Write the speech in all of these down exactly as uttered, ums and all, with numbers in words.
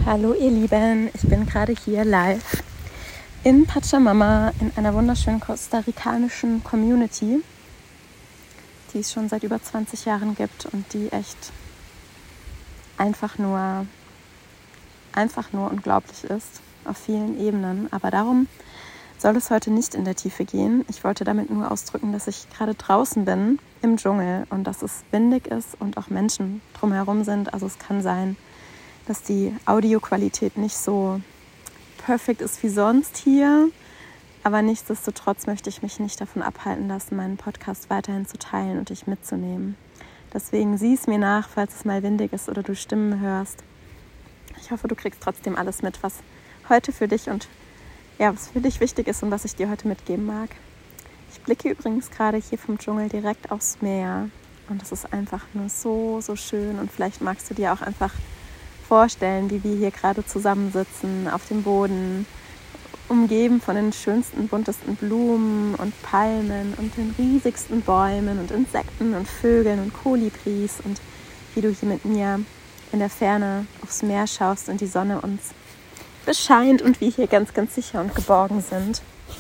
Hallo ihr Lieben, ich bin gerade hier live in Pachamama in einer wunderschönen kostarikanischen Community, die es schon seit über zwanzig Jahren gibt und die echt einfach nur, einfach nur unglaublich ist auf vielen Ebenen. Aber darum soll es heute nicht in der Tiefe gehen. Ich wollte damit nur ausdrücken, dass ich gerade draußen bin im Dschungel und dass es windig ist und auch Menschen drumherum sind. Also es kann sein, dass die Audioqualität nicht so perfekt ist wie sonst hier. Aber nichtsdestotrotz möchte ich mich nicht davon abhalten lassen, meinen Podcast weiterhin zu teilen und dich mitzunehmen. Deswegen sieh es mir nach, falls es mal windig ist oder du Stimmen hörst. Ich hoffe, du kriegst trotzdem alles mit, was heute für dich und ja, was für dich wichtig ist und was ich dir heute mitgeben mag. Ich blicke übrigens gerade hier vom Dschungel direkt aufs Meer und es ist einfach nur so, so schön und vielleicht magst du dir auch einfach vorstellen, wie wir hier gerade zusammensitzen auf dem Boden, umgeben von den schönsten, buntesten Blumen und Palmen und den riesigsten Bäumen und Insekten und Vögeln und Kolibris und wie du hier mit mir in der Ferne aufs Meer schaust und die Sonne uns bescheint und wir hier ganz, ganz sicher und geborgen sind.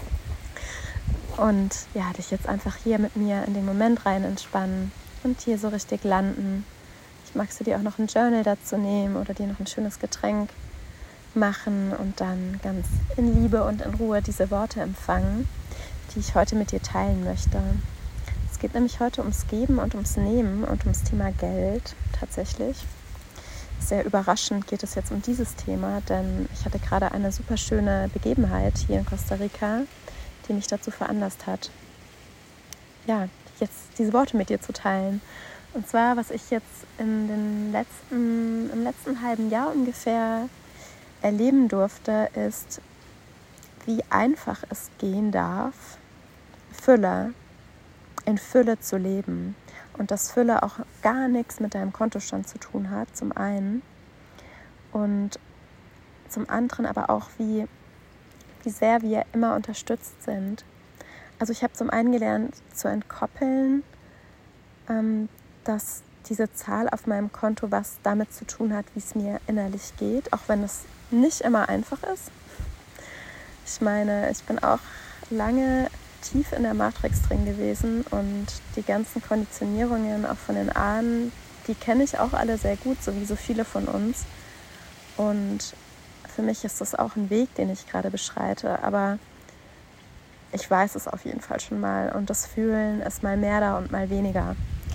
Und ja, dich jetzt einfach hier mit mir in den Moment rein entspannen und hier so richtig landen. Magst du dir auch noch ein Journal dazu nehmen oder dir noch ein schönes Getränk machen und dann ganz in Liebe und in Ruhe diese Worte empfangen, die ich heute mit dir teilen möchte. Es geht nämlich heute ums Geben und ums Nehmen und ums Thema Geld tatsächlich. Sehr überraschend geht es jetzt um dieses Thema, denn ich hatte gerade eine super schöne Begebenheit hier in Costa Rica, die mich dazu veranlasst hat, ja, jetzt diese Worte mit dir zu teilen. Und zwar, was ich jetzt in den letzten, im letzten halben Jahr ungefähr erleben durfte, ist, wie einfach es gehen darf, Fülle, in Fülle zu leben. Und dass Fülle auch gar nichts mit deinem Kontostand zu tun hat, zum einen. Und zum anderen aber auch, wie, wie sehr wir immer unterstützt sind. Also ich habe zum einen gelernt, zu entkoppeln, ähm, dass diese Zahl auf meinem Konto was damit zu tun hat, wie es mir innerlich geht, auch wenn es nicht immer einfach ist. Ich meine, ich bin auch lange tief in der Matrix drin gewesen und die ganzen Konditionierungen auch von den Ahnen, die kenne ich auch alle sehr gut, so wie so viele von uns. Und für mich ist das auch ein Weg, den ich gerade beschreite, aber ich weiß es auf jeden Fall schon mal und das Fühlen ist mal mehr da und mal weniger.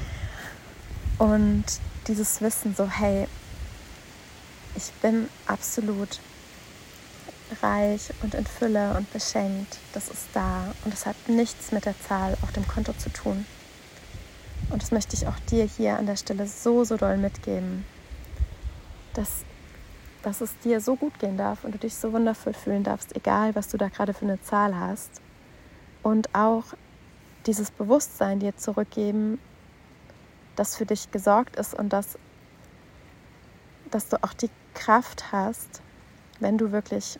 Und dieses Wissen so, hey, ich bin absolut reich und in Fülle und beschenkt, das ist da und es hat nichts mit der Zahl auf dem Konto zu tun. Und das möchte ich auch dir hier an der Stelle so, so doll mitgeben, dass, dass es dir so gut gehen darf und du dich so wundervoll fühlen darfst, egal was du da gerade für eine Zahl hast. Und auch dieses Bewusstsein dir zurückgeben, dass für dich gesorgt ist und dass, dass du auch die Kraft hast, wenn du wirklich,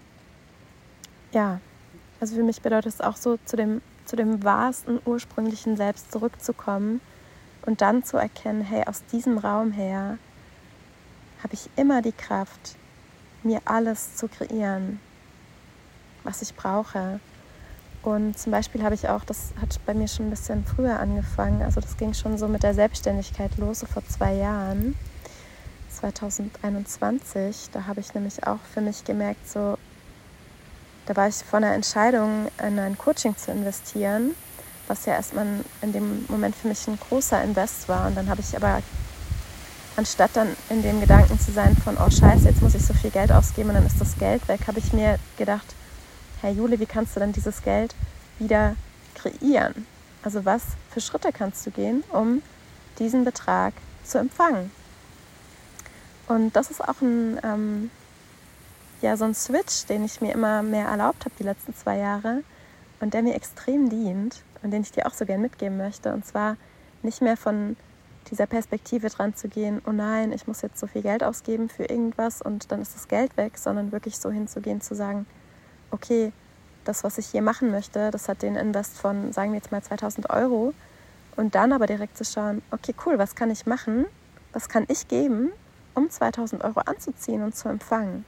ja, also für mich bedeutet es auch so, zu dem, zu dem wahrsten, ursprünglichen Selbst zurückzukommen und dann zu erkennen, hey, aus diesem Raum her habe ich immer die Kraft, mir alles zu kreieren, was ich brauche. Und zum Beispiel habe ich auch, das hat bei mir schon ein bisschen früher angefangen, also das ging schon so mit der Selbstständigkeit los, so vor zwei Jahren, zwanzig einundzwanzig, da habe ich nämlich auch für mich gemerkt, so, da war ich vor einer Entscheidung, in ein Coaching zu investieren, was ja erstmal in dem Moment für mich ein großer Invest war. Und dann habe ich aber, anstatt dann in dem Gedanken zu sein von, oh scheiße, jetzt muss ich so viel Geld ausgeben und dann ist das Geld weg, habe ich mir gedacht, Herr Jule, wie kannst du denn dieses Geld wieder kreieren? Also was für Schritte kannst du gehen, um diesen Betrag zu empfangen? Und das ist auch ein, ähm, ja, so ein Switch, den ich mir immer mehr erlaubt habe die letzten zwei Jahre und der mir extrem dient und den ich dir auch so gern mitgeben möchte. Und zwar nicht mehr von dieser Perspektive dran zu gehen, oh nein, ich muss jetzt so viel Geld ausgeben für irgendwas und dann ist das Geld weg, sondern wirklich so hinzugehen, zu sagen, okay, das, was ich hier machen möchte, das hat den Invest von, sagen wir jetzt mal zweitausend Euro und dann aber direkt zu schauen, okay, cool, was kann ich machen, was kann ich geben, um zweitausend Euro anzuziehen und zu empfangen.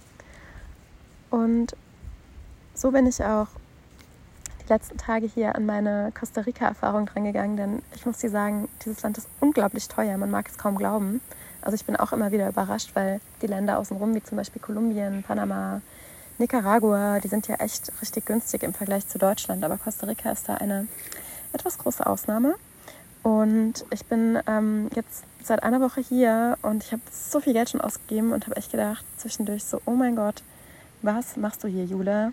Und so bin ich auch die letzten Tage hier an meine Costa Rica-Erfahrung drangegangen, denn ich muss dir sagen, dieses Land ist unglaublich teuer, man mag es kaum glauben. Also ich bin auch immer wieder überrascht, weil die Länder außenrum, wie zum Beispiel Kolumbien, Panama, Nicaragua, die sind ja echt richtig günstig im Vergleich zu Deutschland, aber Costa Rica ist da eine etwas große Ausnahme. Und ich bin ähm, jetzt seit einer Woche hier und ich habe so viel Geld schon ausgegeben und habe echt gedacht zwischendurch so, oh mein Gott, was machst du hier, Jule?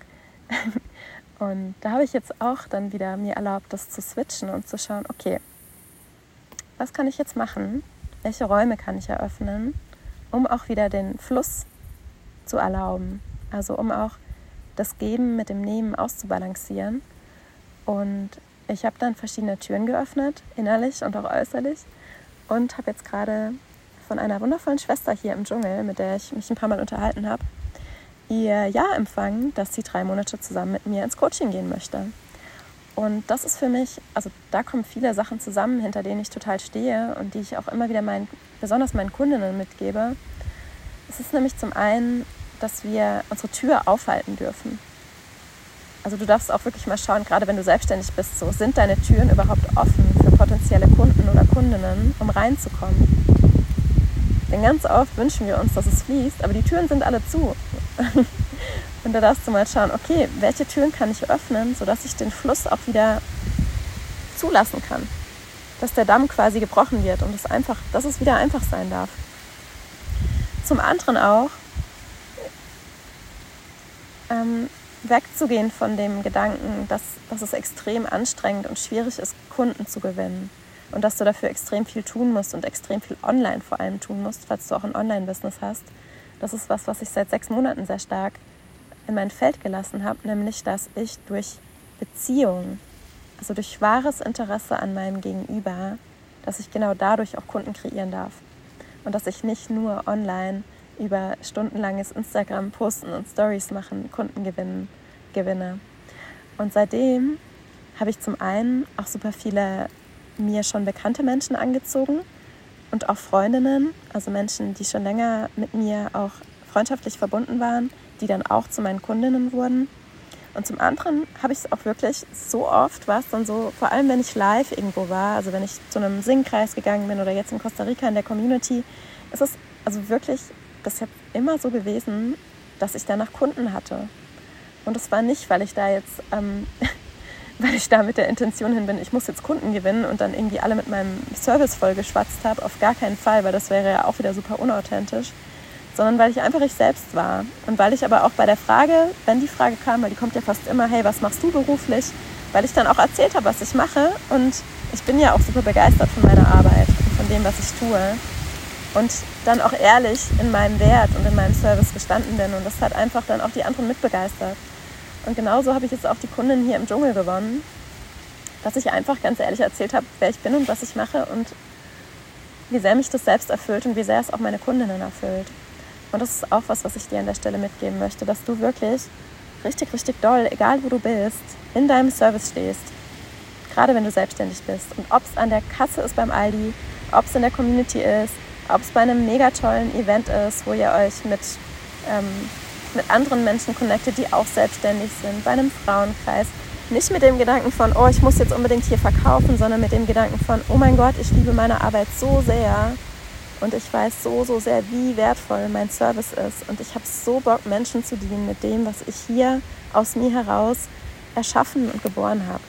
Und da habe ich jetzt auch dann wieder mir erlaubt, das zu switchen und zu schauen, okay, was kann ich jetzt machen? Welche Räume kann ich eröffnen, um auch wieder den Fluss zu erlauben? Also um auch das Geben mit dem Nehmen auszubalancieren. Und ich habe dann verschiedene Türen geöffnet, innerlich und auch äußerlich. Und habe jetzt gerade von einer wundervollen Schwester hier im Dschungel, mit der ich mich ein paar Mal unterhalten habe, ihr Ja empfangen, dass sie drei Monate zusammen mit mir ins Coaching gehen möchte. Und das ist für mich, also da kommen viele Sachen zusammen, hinter denen ich total stehe und die ich auch immer wieder meinen, besonders meinen Kundinnen mitgebe. Es ist nämlich zum einen, dass wir unsere Tür aufhalten dürfen. Also du darfst auch wirklich mal schauen, gerade wenn du selbstständig bist, so sind deine Türen überhaupt offen für potenzielle Kunden oder Kundinnen, um reinzukommen. Denn ganz oft wünschen wir uns, dass es fließt, aber die Türen sind alle zu. Und da darfst du mal schauen, okay, welche Türen kann ich öffnen, sodass ich den Fluss auch wieder zulassen kann. Dass der Damm quasi gebrochen wird und es einfach, dass es wieder einfach sein darf. Zum anderen auch, ähm, wegzugehen von dem Gedanken, dass, dass es extrem anstrengend und schwierig ist, Kunden zu gewinnen. Und dass du dafür extrem viel tun musst und extrem viel online vor allem tun musst, falls du auch ein Online-Business hast. Das ist was, was ich seit sechs Monaten sehr stark in mein Feld gelassen habe, nämlich, dass ich durch Beziehung, also durch wahres Interesse an meinem Gegenüber, dass ich genau dadurch auch Kunden kreieren darf. Und dass ich nicht nur online über stundenlanges Instagram posten und Stories machen, Kunden gewinnen, gewinne. Und seitdem habe ich zum einen auch super viele mir schon bekannte Menschen angezogen und auch Freundinnen, also Menschen, die schon länger mit mir auch freundschaftlich verbunden waren, die dann auch zu meinen Kundinnen wurden. Und zum anderen habe ich es auch wirklich so oft, war es dann so, vor allem wenn ich live irgendwo war, also wenn ich zu einem Singkreis gegangen bin oder jetzt in Costa Rica in der Community, ist es also wirklich bis jetzt immer so gewesen, dass ich danach Kunden hatte. Und es war nicht, weil ich da jetzt, ähm, weil ich da mit der Intention hin bin, ich muss jetzt Kunden gewinnen und dann irgendwie alle mit meinem Service voll geschwatzt habe, auf gar keinen Fall, weil das wäre ja auch wieder super unauthentisch, sondern weil ich einfach ich selbst war. Und weil ich aber auch bei der Frage, wenn die Frage kam, weil die kommt ja fast immer, hey, was machst du beruflich? Weil ich dann auch erzählt habe, was ich mache und ich bin ja auch super begeistert von meiner Arbeit und von dem, was ich tue. Und dann auch ehrlich in meinem Wert und in meinem Service gestanden bin. Und das hat einfach dann auch die anderen mitbegeistert. Und genauso habe ich jetzt auch die Kundin hier im Dschungel gewonnen, dass ich einfach ganz ehrlich erzählt habe, wer ich bin und was ich mache und wie sehr mich das selbst erfüllt und wie sehr es auch meine Kundinnen erfüllt. Und das ist auch was, was ich dir an der Stelle mitgeben möchte, dass du wirklich richtig, richtig doll, egal wo du bist, in deinem Service stehst. Gerade wenn du selbstständig bist. Und ob es an der Kasse ist beim Aldi, ob es in der Community ist, ob es bei einem mega tollen Event ist, wo ihr euch mit, ähm, mit anderen Menschen connectet, die auch selbstständig sind, bei einem Frauenkreis. Nicht mit dem Gedanken von, oh, ich muss jetzt unbedingt hier verkaufen, sondern mit dem Gedanken von, oh mein Gott, ich liebe meine Arbeit so sehr und ich weiß so, so sehr, wie wertvoll mein Service ist. Und ich habe so Bock, Menschen zu dienen mit dem, was ich hier aus mir heraus erschaffen und geboren habe.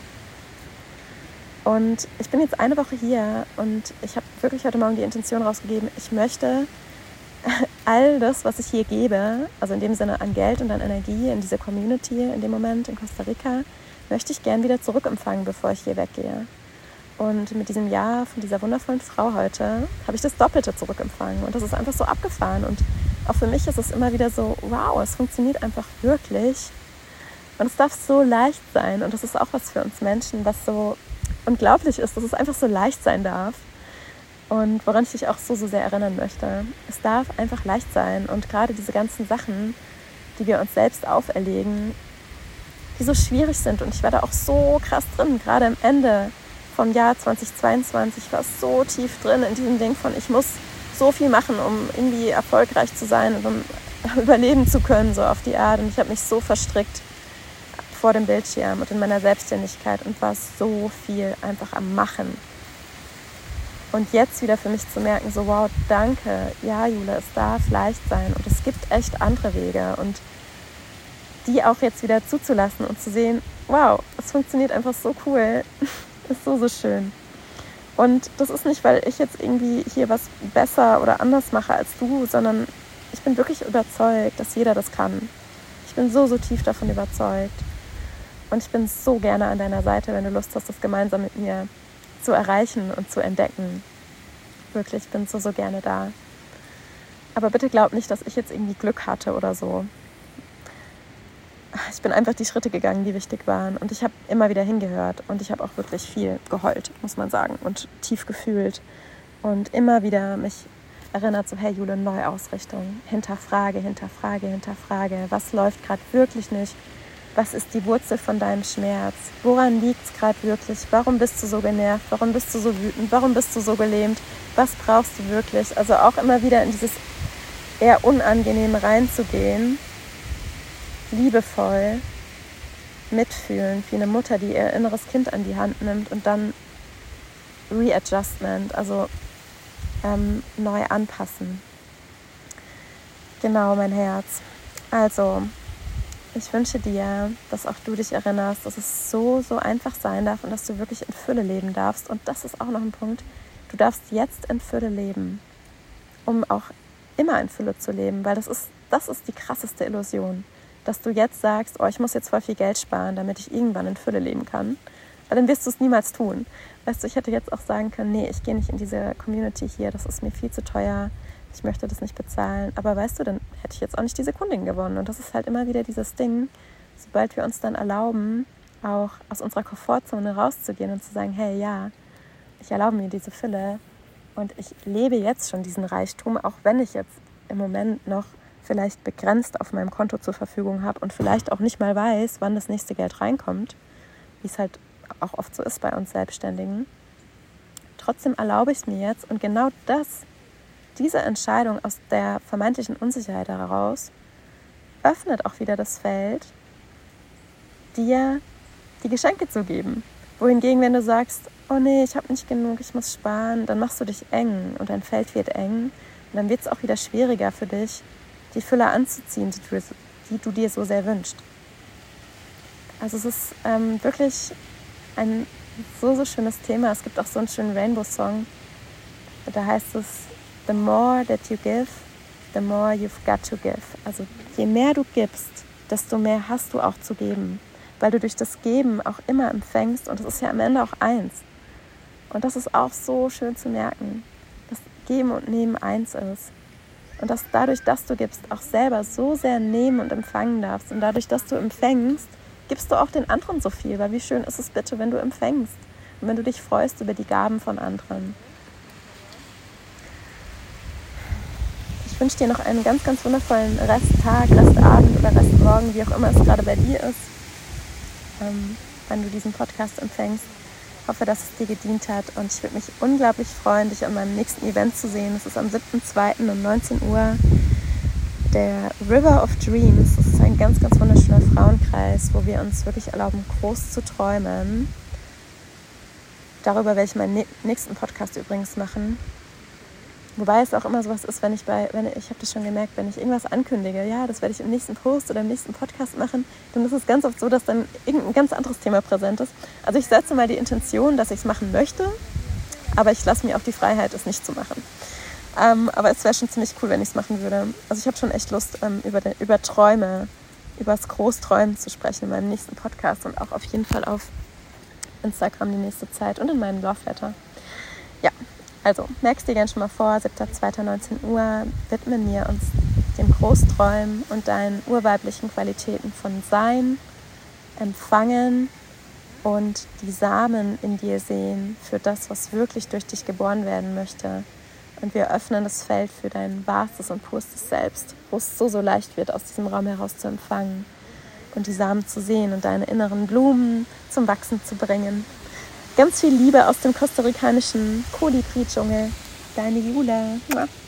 Und ich bin jetzt eine Woche hier und ich habe wirklich heute Morgen die Intention rausgegeben, ich möchte all das, was ich hier gebe, also in dem Sinne an Geld und an Energie in diese Community in dem Moment in Costa Rica, möchte ich gern wieder zurückempfangen, bevor ich hier weggehe. Und mit diesem Ja von dieser wundervollen Frau heute habe ich das Doppelte zurückempfangen und das ist einfach so abgefahren. Und auch für mich ist es immer wieder so, wow, es funktioniert einfach wirklich und es darf so leicht sein und das ist auch was für uns Menschen, was so unglaublich ist, dass es einfach so leicht sein darf und woran ich dich auch so, so sehr erinnern möchte. Es darf einfach leicht sein und gerade diese ganzen Sachen, die wir uns selbst auferlegen, die so schwierig sind und ich war da auch so krass drin, gerade am Ende vom Jahr zwanzig zweiundzwanzig war es so tief drin in diesem Ding von, ich muss so viel machen, um irgendwie erfolgreich zu sein und um überleben zu können, so auf die Art. Und ich habe mich so verstrickt vor dem Bildschirm und in meiner Selbstständigkeit und war so viel einfach am Machen. Und jetzt wieder für mich zu merken, so wow, danke, ja Jule, es darf leicht sein und es gibt echt andere Wege und die auch jetzt wieder zuzulassen und zu sehen, wow, es funktioniert einfach so cool, ist so, so schön. Und das ist nicht, weil ich jetzt irgendwie hier was besser oder anders mache als du, sondern ich bin wirklich überzeugt, dass jeder das kann. Ich bin so, so tief davon überzeugt. Und ich bin so gerne an deiner Seite, wenn du Lust hast, das gemeinsam mit mir zu erreichen und zu entdecken. Wirklich, ich bin so, so gerne da. Aber bitte glaub nicht, dass ich jetzt irgendwie Glück hatte oder so. Ich bin einfach die Schritte gegangen, die wichtig waren. Und ich habe immer wieder hingehört. Und ich habe auch wirklich viel geheult, muss man sagen. Und tief gefühlt. Und immer wieder mich erinnert, so hey Jule, Neuausrichtung. Hinterfrage, hinterfrage, hinterfrage. Was läuft gerade wirklich nicht? Was ist die Wurzel von deinem Schmerz? Woran liegt es gerade wirklich? Warum bist du so genervt? Warum bist du so wütend? Warum bist du so gelähmt? Was brauchst du wirklich? Also auch immer wieder in dieses eher Unangenehme reinzugehen. Liebevoll mitfühlen, wie eine Mutter, die ihr inneres Kind an die Hand nimmt und dann Readjustment, also ähm, neu anpassen. Genau, mein Herz. Also, ich wünsche dir, dass auch du dich erinnerst, dass es so, so einfach sein darf und dass du wirklich in Fülle leben darfst. Und das ist auch noch ein Punkt. Du darfst jetzt in Fülle leben, um auch immer in Fülle zu leben, weil das ist, das ist die krasseste Illusion. Dass du jetzt sagst, oh, ich muss jetzt voll viel Geld sparen, damit ich irgendwann in Fülle leben kann. Aber dann wirst du es niemals tun. Weißt du, ich hätte jetzt auch sagen können, nee, ich gehe nicht in diese Community hier, das ist mir viel zu teuer, ich möchte das nicht bezahlen. Aber weißt du, dann hätte ich jetzt auch nicht diese Kundin gewonnen. Und das ist halt immer wieder dieses Ding, sobald wir uns dann erlauben, auch aus unserer Komfortzone rauszugehen und zu sagen, hey, ja, ich erlaube mir diese Fülle und ich lebe jetzt schon diesen Reichtum, auch wenn ich jetzt im Moment noch vielleicht begrenzt auf meinem Konto zur Verfügung habe und vielleicht auch nicht mal weiß, wann das nächste Geld reinkommt, wie es halt auch oft so ist bei uns Selbstständigen. Trotzdem erlaube ich es mir jetzt und genau das, diese Entscheidung aus der vermeintlichen Unsicherheit heraus, öffnet auch wieder das Feld, dir die Geschenke zu geben. Wohingegen, wenn du sagst, oh nee, ich habe nicht genug, ich muss sparen, dann machst du dich eng und dein Feld wird eng und dann wird es auch wieder schwieriger für dich, die Fülle anzuziehen, die du, die du dir so sehr wünschst. Also es ist ähm, wirklich ein so, so schönes Thema. Es gibt auch so einen schönen Rainbow-Song, da heißt es, the more that you give, the more you've got to give. Also je mehr du gibst, desto mehr hast du auch zu geben. Weil du durch das Geben auch immer empfängst und es ist ja am Ende auch eins. Und das ist auch so schön zu merken, dass Geben und Nehmen eins ist. Und dass dadurch, dass du gibst, auch selber so sehr nehmen und empfangen darfst. Und dadurch, dass du empfängst, gibst du auch den anderen so viel. Weil wie schön ist es bitte, wenn du empfängst und wenn du dich freust über die Gaben von anderen. Ich wünsche dir noch einen ganz, ganz wundervollen Resttag, Restabend oder Restmorgen, wie auch immer es gerade bei dir ist, ähm, wenn du diesen Podcast empfängst. Ich hoffe, dass es dir gedient hat und ich würde mich unglaublich freuen, dich an meinem nächsten Event zu sehen. Es ist am siebten zweiten um neunzehn Uhr. Der River of Dreams. Das ist ein ganz, ganz wunderschöner Frauenkreis, wo wir uns wirklich erlauben, groß zu träumen. Darüber werde ich meinen nächsten Podcast übrigens machen. Wobei es auch immer sowas ist, wenn ich bei, wenn ich, ich habe das schon gemerkt, wenn ich irgendwas ankündige, ja, das werde ich im nächsten Post oder im nächsten Podcast machen, dann ist es ganz oft so, dass dann irgendein ganz anderes Thema präsent ist. Also ich setze mal die Intention, dass ich es machen möchte, aber ich lasse mir auch die Freiheit, es nicht zu machen. Ähm, aber es wäre schon ziemlich cool, wenn ich es machen würde. Also ich habe schon echt Lust, ähm, über, den, über Träume, über das Großträumen zu sprechen in meinem nächsten Podcast und auch auf jeden Fall auf Instagram die nächste Zeit und in meinem Love Letter. Ja. Also, merkst dir gerne schon mal vor, siebter zweiter neunzehn Uhr, widmen wir uns dem Großträumen und deinen urweiblichen Qualitäten von Sein, Empfangen und die Samen in dir sehen für das, was wirklich durch dich geboren werden möchte. Und wir öffnen das Feld für dein wahrstes und purstes Selbst, wo es so, so leicht wird, aus diesem Raum heraus zu empfangen und die Samen zu sehen und deine inneren Blumen zum Wachsen zu bringen. Ganz viel Liebe aus dem kostarikanischen Kolibri-Dschungel. Deine Jule.